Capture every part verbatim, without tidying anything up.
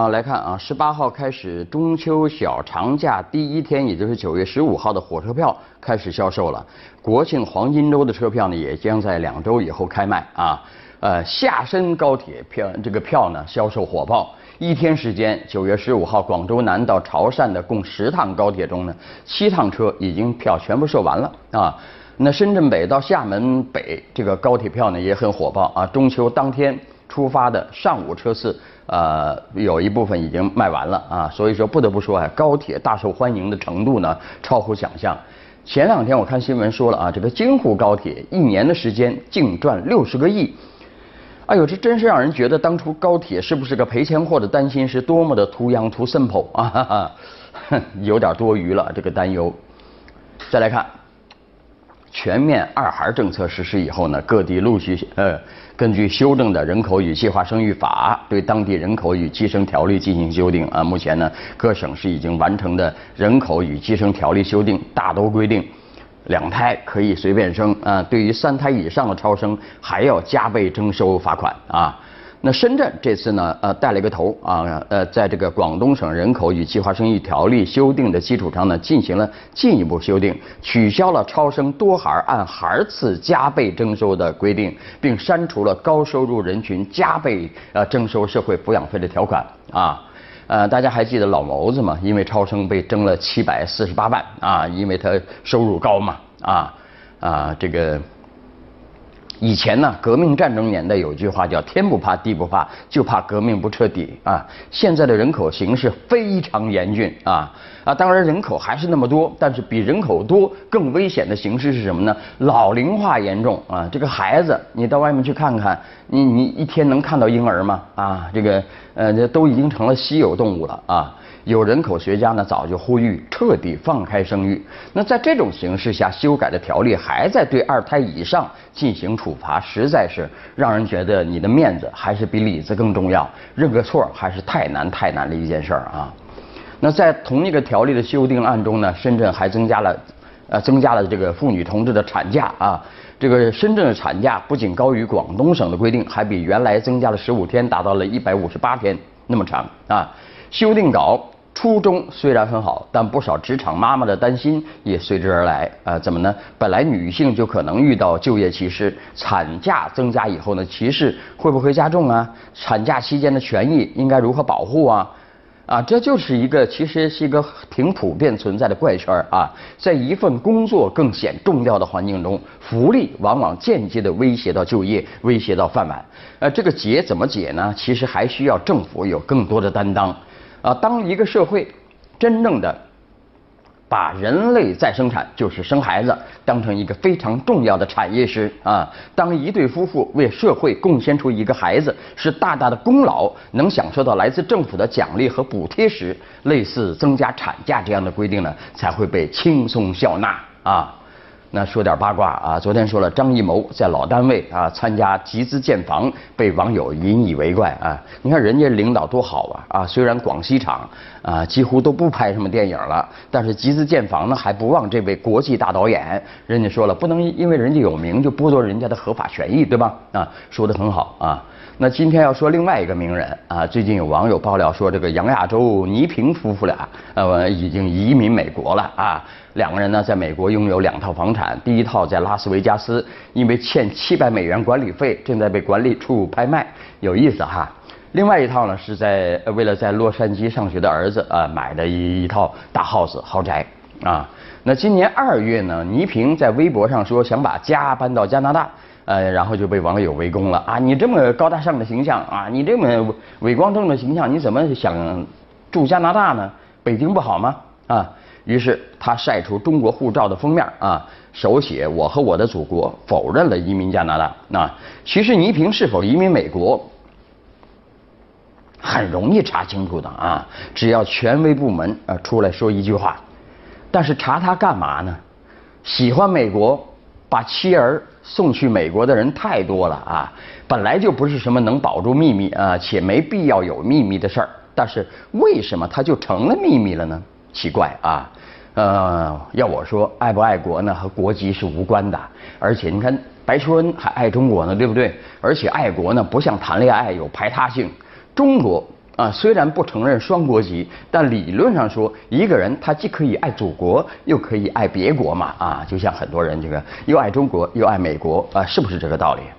啊，来看啊，十八号开始，中秋小长假第一天，也就是九月十五号的火车票开始销售了。国庆黄金周的车票呢，也将在两周以后开卖啊。呃，厦深高铁票这个票呢，销售火爆。一天时间，九月十五号，广州南到潮汕的共十趟高铁中呢，七趟车已经票全部售完了啊。那深圳北到厦门北这个高铁票呢，也很火爆啊。中秋当天出发的上午车次，呃，有一部分已经卖完了啊。所以说，不得不说啊，高铁大受欢迎的程度呢，超乎想象。前两天我看新闻说了啊，这个京沪高铁一年的时间净赚六十个亿。哎呦，这真是让人觉得当初高铁是不是个赔钱货的担心是多么的 too young too simple 啊，哈哈，有点多余了这个担忧。再来看，全面二孩政策实施以后呢，各地陆续呃根据修正的人口与计划生育法，对当地人口与计生条例进行修订啊。目前呢，各省市已经完成的人口与计生条例修订，大都规定两胎可以随便生啊，对于三胎以上的超生还要加倍征收罚款啊。那深圳这次呢，呃，带了一个头啊，呃，在这个广东省人口与计划生育条例修订的基础上呢，进行了进一步修订，取消了超生多孩按孩次加倍征收的规定，并删除了高收入人群加倍呃征收社会抚养费的条款啊。呃，大家还记得老谋子吗？因为超生被征了七百四十八万啊，因为他收入高嘛啊啊这个。以前呢，革命战争年代有句话叫天不怕地不怕，就怕革命不彻底啊。现在的人口形势非常严峻啊啊！当然人口还是那么多，但是比人口多更危险的形势是什么呢？老龄化严重啊！这个孩子，你到外面去看看，你你一天能看到婴儿吗？啊，这个呃，这都已经成了稀有动物了啊。有人口学家呢早就呼吁彻底放开生育。那在这种形势下，修改的条例还在对二胎以上进行处罚，实在是让人觉得你的面子还是比里子更重要，认个错还是太难太难的一件事儿啊。那在同一个条例的修订案中呢，深圳还增加了呃增加了这个妇女同志的产假啊。这个深圳的产假不仅高于广东省的规定，还比原来增加了十五天，达到了一百五十八天那么长啊。修订稿初衷虽然很好，但不少职场妈妈的担心也随之而来啊、呃，怎么呢？本来女性就可能遇到就业歧视，产假增加以后呢，歧视会不会加重啊？产假期间的权益应该如何保护啊？啊，这就是一个其实是一个挺普遍存在的怪圈啊。在一份工作更显重要的环境中，福利往往间接的威胁到就业，威胁到饭碗。呃，这个结怎么解呢？其实还需要政府有更多的担当。啊，当一个社会真正的把人类再生产，就是生孩子，当成一个非常重要的产业时啊，当一对夫妇为社会贡献出一个孩子是大大的功劳，能享受到来自政府的奖励和补贴时，类似增加产假这样的规定呢，才会被轻松笑纳啊。那说点八卦啊，昨天说了张艺谋在老单位啊参加集资建房，被网友引以为怪啊。你看人家领导多好啊啊，虽然广西厂啊几乎都不拍什么电影了，但是集资建房呢还不忘这位国际大导演。人家说了，不能因为人家有名就剥夺人家的合法权益，对吧？啊，说得很好啊。那今天要说另外一个名人啊，最近有网友爆料说，这个杨亚洲、倪萍夫妇俩呃已经移民美国了啊。两个人呢在美国拥有两套房产，第一套在拉斯维加斯，因为欠七百美元管理费，正在被管理处拍卖，有意思哈。另外一套呢是在为了在洛杉矶上学的儿子啊买的一一套大 house 豪宅啊。那今年二月呢，倪萍在微博上说想把家搬到加拿大。呃，然后就被网友围攻了啊！你这么高大上的形象啊，你这么伟光正的形象，你怎么想住加拿大呢？北京不好吗？啊！于是他晒出中国护照的封面啊，手写“我和我的祖国”，否认了移民加拿大啊。其实倪萍是否移民美国，很容易查清楚的啊，只要权威部门啊出来说一句话。但是查他干嘛呢？喜欢美国，把妻儿送去美国的人太多了啊！本来就不是什么能保住秘密啊，且没必要有秘密的事儿。但是为什么它就成了秘密了呢？奇怪啊！呃，要我说，爱不爱国呢和国籍是无关的。而且你看，白求恩还爱中国呢，对不对？而且爱国呢不像谈恋爱有排他性。中国啊，虽然不承认双国籍，但理论上说，一个人他既可以爱祖国，又可以爱别国嘛，啊，就像很多人这个又爱中国又爱美国，啊，是不是这个道理？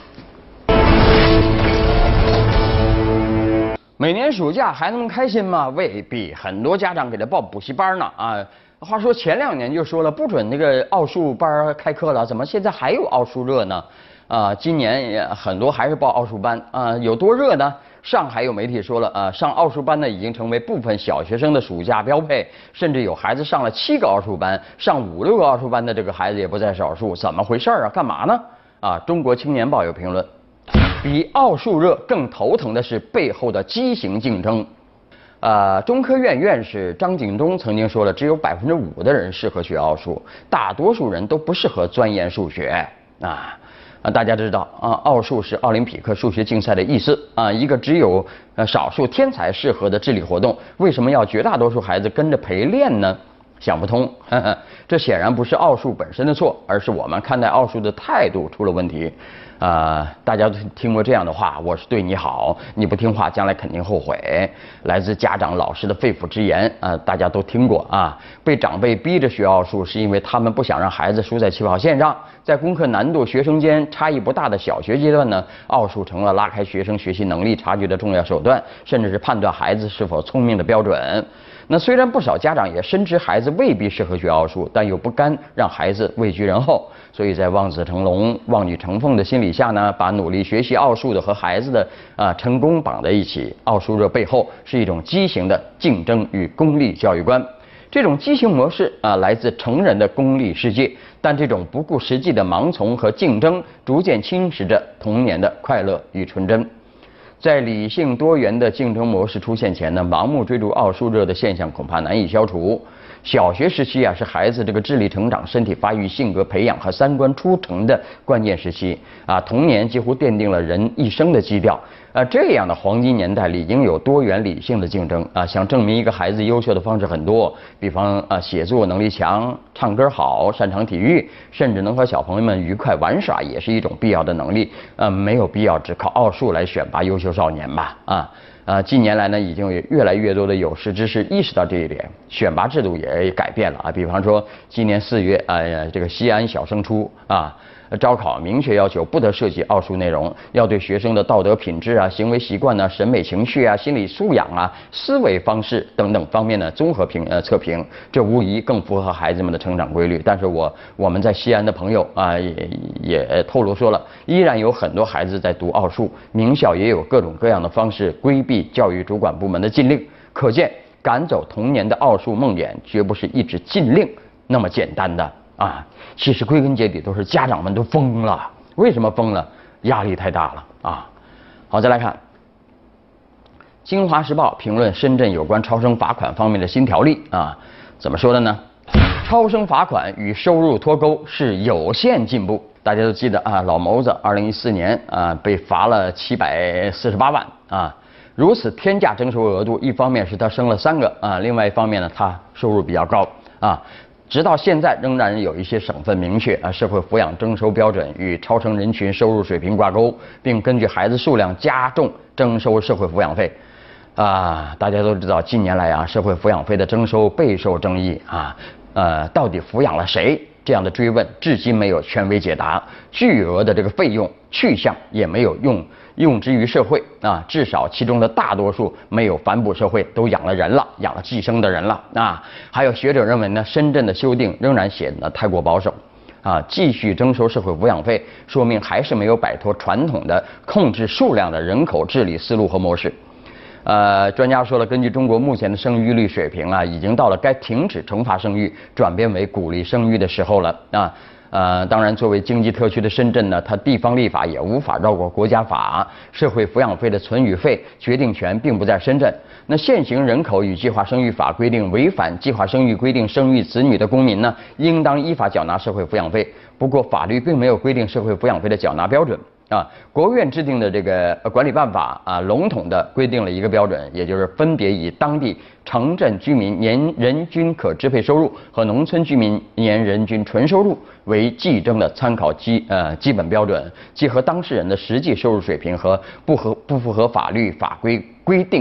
每年暑假孩子们开心吗？未必，很多家长给他报补习班呢，啊。话说前两年就说了不准那个奥数班开课了，怎么现在还有奥数热呢？啊，今年也很多还是报奥数班啊，有多热呢？上海有媒体说了，啊，上奥数班呢已经成为部分小学生的暑假标配，甚至有孩子上了七个奥数班，上五六个奥数班的这个孩子也不在少数，怎么回事啊？干嘛呢？啊，中国青年报有评论，比奥数热更头疼的是背后的畸形竞争。呃，中科院院士张景忠曾经说了，只有百分之五的人适合学奥数，大多数人都不适合钻研数学啊。啊，大家知道啊，奥数是奥林匹克数学竞赛的意思啊，一个只有呃少数天才适合的智力活动，为什么要绝大多数孩子跟着陪练呢？想不通，呵呵，这显然不是奥数本身的错，而是我们看待奥数的态度出了问题。呃，大家都听过这样的话，我是对你好，你不听话，将来肯定后悔。来自家长、老师的肺腑之言啊、呃，大家都听过啊。被长辈逼着学奥数，是因为他们不想让孩子输在起跑线上。在功课难度、学生间差异不大的小学阶段呢，奥数成了拉开学生学习能力差距的重要手段，甚至是判断孩子是否聪明的标准。那虽然不少家长也深知孩子未必适合学奥数，但又不甘让孩子位居人后，所以在望子成龙、望女成凤的心理下呢，把努力学习奥数的和孩子的啊、呃、成功绑在一起。奥数热背后是一种畸形的竞争与功利教育观。这种畸形模式啊、呃，来自成人的功利世界，但这种不顾实际的盲从和竞争，逐渐侵蚀着童年的快乐与纯真。在理性多元的竞争模式出现前呢，盲目追逐奥数热的现象恐怕难以消除。小学时期啊，是孩子这个智力成长、身体发育、性格培养和三观出成的关键时期啊。童年几乎奠定了人一生的基调啊。这样的黄金年代里，应有多元理性的竞争啊。想证明一个孩子优秀的方式很多，比方啊，写作能力强、唱歌好、擅长体育，甚至能和小朋友们愉快玩耍，也是一种必要的能力。呃，没有必要只靠奥数来选拔优秀少年吧？啊。啊，近年来呢，已经有越来越多的有识之士意识到这一点，选拔制度也改变了啊。比方说，今年四月，啊、呃，这个西安小升初啊，招考明确要求不得涉及奥数内容，要对学生的道德品质啊、行为习惯呢、审美情绪啊、心理素养啊、思维方式等等方面呢综合评呃测评，这无疑更符合孩子们的成长规律。但是我我们在西安的朋友啊，也也透露说了，依然有很多孩子在读奥数，名校也有各种各样的方式规避教育主管部门的禁令，可见赶走童年的奥数梦魇，绝不是一纸禁令那么简单的啊！其实归根结底都是家长们都疯了。为什么疯了？压力太大了啊！好，再来看《京华时报》评论深圳有关超生罚款方面的新条例啊，怎么说的呢？超生罚款与收入脱钩是有限进步。大家都记得啊，老谋子二零一四年啊被罚了七百四十八万啊。如此天价征收额度，一方面是他生了三个啊，另外一方面呢，他收入比较高啊。直到现在，仍然有一些省份明确啊，社会抚养征收标准与超生人群收入水平挂钩，并根据孩子数量加重征收社会抚养费。啊，大家都知道，近年来啊，社会抚养费的征收备受争议啊。呃，到底抚养了谁？这样的追问至今没有权威解答。巨额的这个费用去向也没有用用之于社会啊，至少其中的大多数没有反哺社会，都养了人了，养了寄生的人了啊。还有学者认为呢，深圳的修订仍然显得太过保守啊，继续征收社会抚养费，说明还是没有摆脱传统的控制数量的人口治理思路和模式。呃，专家说了，根据中国目前的生育率水平啊，已经到了该停止惩罚生育，转变为鼓励生育的时候了啊。呃，当然，作为经济特区的深圳呢，它地方立法也无法绕过国家法，社会抚养费的存与废决定权并不在深圳。那现行人口与计划生育法规定，违反计划生育规定生育子女的公民呢，应当依法缴纳社会抚养费。不过，法律并没有规定社会抚养费的缴纳标准。啊，国务院制定的这个管理办法啊，笼统的规定了一个标准，也就是分别以当地城镇居民年人均可支配收入和农村居民年人均纯收入为计征的参考基呃基本标准，结合当事人的实际收入水平和不合不符合法律法规规定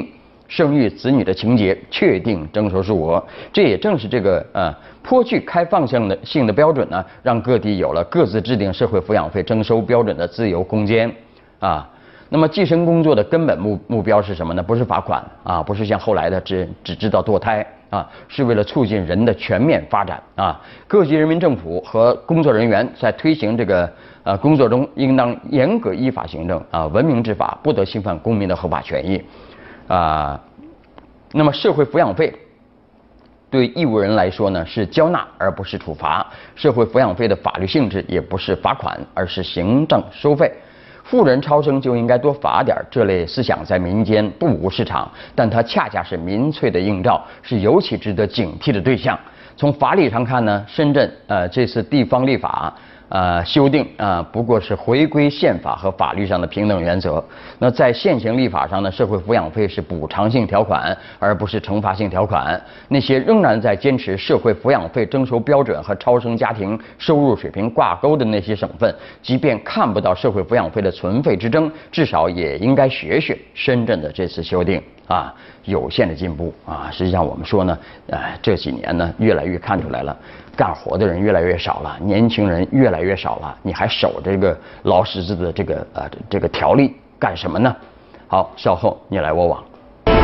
生育子女的情节，确定征收数额。这也正是这个呃颇具开放性的性的标准呢，让各地有了各自制定社会抚养费征收标准的自由空间啊。那么计生工作的根本目目标是什么呢？不是罚款啊，不是像后来的只只知道堕胎啊，是为了促进人的全面发展啊。各级人民政府和工作人员在推行这个呃工作中，应当严格依法行政啊，文明执法，不得侵犯公民的合法权益啊。那么社会抚养费对义务人来说呢，是交纳而不是处罚。社会抚养费的法律性质也不是罚款，而是行政收费。富人超生就应该多罚点，这类思想在民间不无市场，但它恰恰是民粹的映照，是尤其值得警惕的对象。从法理上看呢，深圳呃这次地方立法呃修订啊、呃，不过是回归宪法和法律上的平等原则。那在现行立法上呢，社会抚养费是补偿性条款，而不是惩罚性条款。那些仍然在坚持社会抚养费征收标准和超生家庭收入水平挂钩的那些省份，即便看不到社会抚养费的存废之争，至少也应该学学深圳的这次修订啊，有限的进步啊。实际上我们说呢，呃这几年呢，越来越看出来了，干活的人越来越少了，年轻人越来越少了，你还守这个老实子的这个呃这个条例干什么呢？好，稍后你来我往。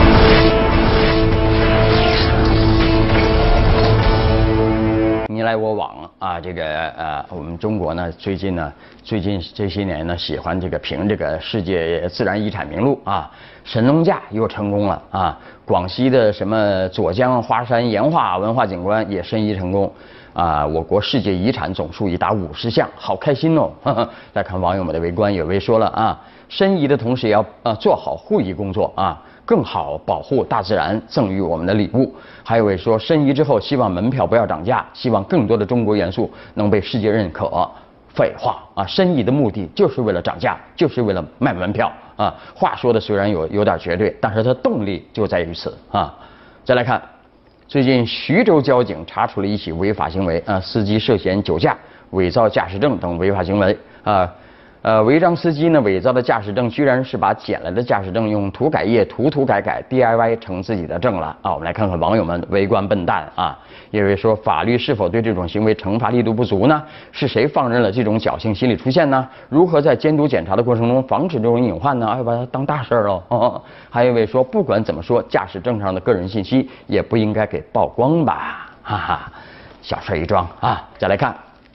你来我往啊，这个呃，我们中国呢，最近呢，最近这些年呢，喜欢这个评这个世界自然遗产名录啊，神农架又成功了啊，广西的什么左江花山岩画文化景观也申遗成功啊，我国世界遗产总数已达五十项，好开心哦！呵呵再看网友们的围观，有位说了啊，申遗的同时也要啊做好护理工作啊。更好保护大自然赠予我们的礼物。还有位说，申遗之后希望门票不要涨价，希望更多的中国元素能被世界认可。废话啊，申遗的目的就是为了涨价，就是为了卖门票啊。话说的虽然有有点绝对，但是它动力就在于此啊。再来看，最近徐州交警查处了一起违法行为啊，司机涉嫌酒驾、伪造驾驶证等违法行为啊。呃，违章司机呢，伪造的驾驶证居然是把捡来的驾驶证用涂改液涂涂改改 D I Y 成自己的证了啊！我们来看看网友们围观笨蛋啊！有人说，法律是否对这种行为惩罚力度不足呢？是谁放任了这种侥幸心理出现呢？如何在监督检查的过程中防止这种隐患呢？要把它当大事儿喽！哦，还有一位说，不管怎么说，驾驶证上的个人信息也不应该给曝光吧？哈哈，小事一桩啊！再来看。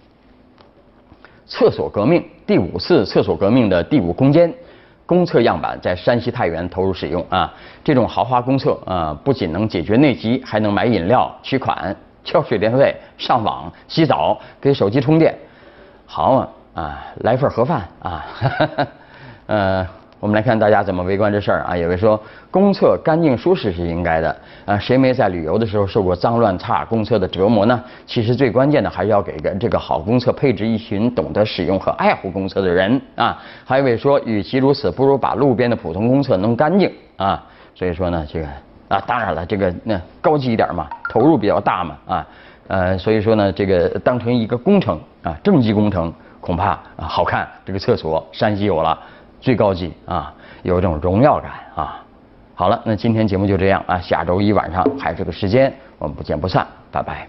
厕所革命第五次厕所革命的第五空间公厕样板在山西太原投入使用啊！这种豪华公厕啊，不仅能解决内急，还能买饮料、取款、交水电费、上网、洗澡、给手机充电。好啊啊，来份盒饭啊！哈哈呃，我们来看大家怎么围观这事儿啊。有位说，公厕干净舒适是应该的啊，谁没在旅游的时候受过脏乱差公厕的折磨呢？其实最关键的还是要给个这个好公厕配置一群懂得使用和爱护公厕的人啊。还有位说，与其如此，不如把路边的普通公厕弄干净啊。所以说呢，这个啊，当然了，这个那高级一点嘛，投入比较大嘛啊，呃，所以说呢，这个当成一个工程啊，政绩工程，恐怕啊好看，这个厕所山西有了。最高级啊，有一种荣耀感啊。好了，那今天节目就这样啊，下周一晚上还是个时间，我们不见不散，拜拜。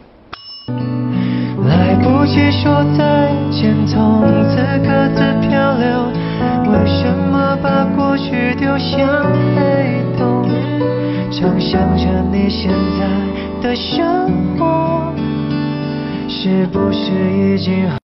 来不及说再见，从此各自漂流。为什么把过去丢向黑洞？常想着你现在的生活，是不是已经？